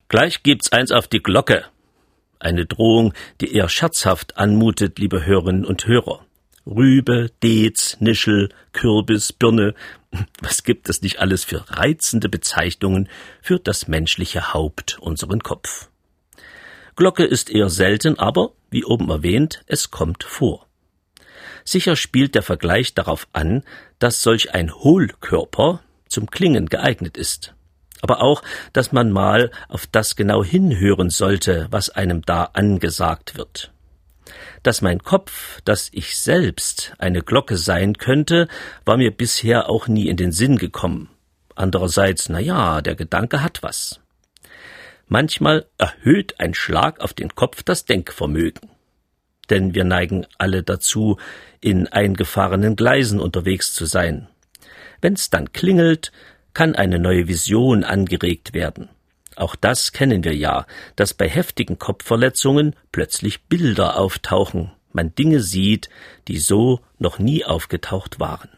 Gleich gibt's eins auf die Glocke. Eine Drohung, die eher scherzhaft anmutet, liebe Hörerinnen und Hörer. Rübe, Dez, Nischel, Kürbis, Birne, was gibt es nicht alles für reizende Bezeichnungen für das menschliche Haupt, unseren Kopf. Glocke ist eher selten, aber, wie oben erwähnt, es kommt vor. Sicher spielt der Vergleich darauf an, dass solch ein Hohlkörper zum Klingen geeignet ist. Aber auch, dass man mal auf das genau hinhören sollte, was einem da angesagt wird. Dass mein Kopf, dass ich selbst eine Glocke sein könnte, war mir bisher auch nie in den Sinn gekommen. Andererseits, der Gedanke hat was. Manchmal erhöht ein Schlag auf den Kopf das Denkvermögen. Denn wir neigen alle dazu, in eingefahrenen Gleisen unterwegs zu sein. Wenn's dann klingelt, kann eine neue Vision angeregt werden. Auch das kennen wir ja, dass bei heftigen Kopfverletzungen plötzlich Bilder auftauchen, man Dinge sieht, die so noch nie aufgetaucht waren.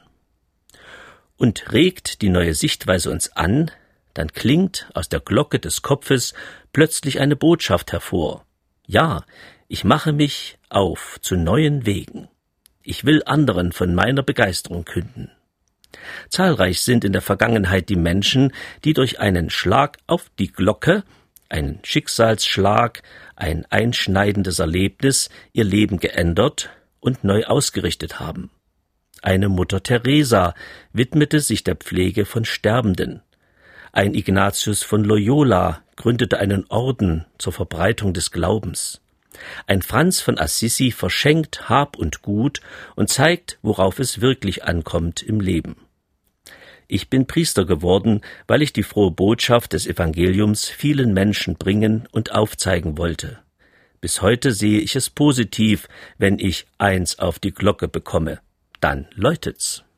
Und regt die neue Sichtweise uns an, dann klingt aus der Glocke des Kopfes plötzlich eine Botschaft hervor. Ja, ich mache mich auf zu neuen Wegen. Ich will anderen von meiner Begeisterung künden. Zahlreich sind in der Vergangenheit die Menschen, die durch einen Schlag auf die Glocke, einen Schicksalsschlag, ein einschneidendes Erlebnis ihr Leben geändert und neu ausgerichtet haben. Eine Mutter Teresa widmete sich der Pflege von Sterbenden. Ein Ignatius von Loyola gründete einen Orden zur Verbreitung des Glaubens. Ein Franz von Assisi verschenkt Hab und Gut und zeigt, worauf es wirklich ankommt im Leben. Ich bin Priester geworden, weil ich die frohe Botschaft des Evangeliums vielen Menschen bringen und aufzeigen wollte. Bis heute sehe ich es positiv, wenn ich eins auf die Glocke bekomme. Dann läutet's.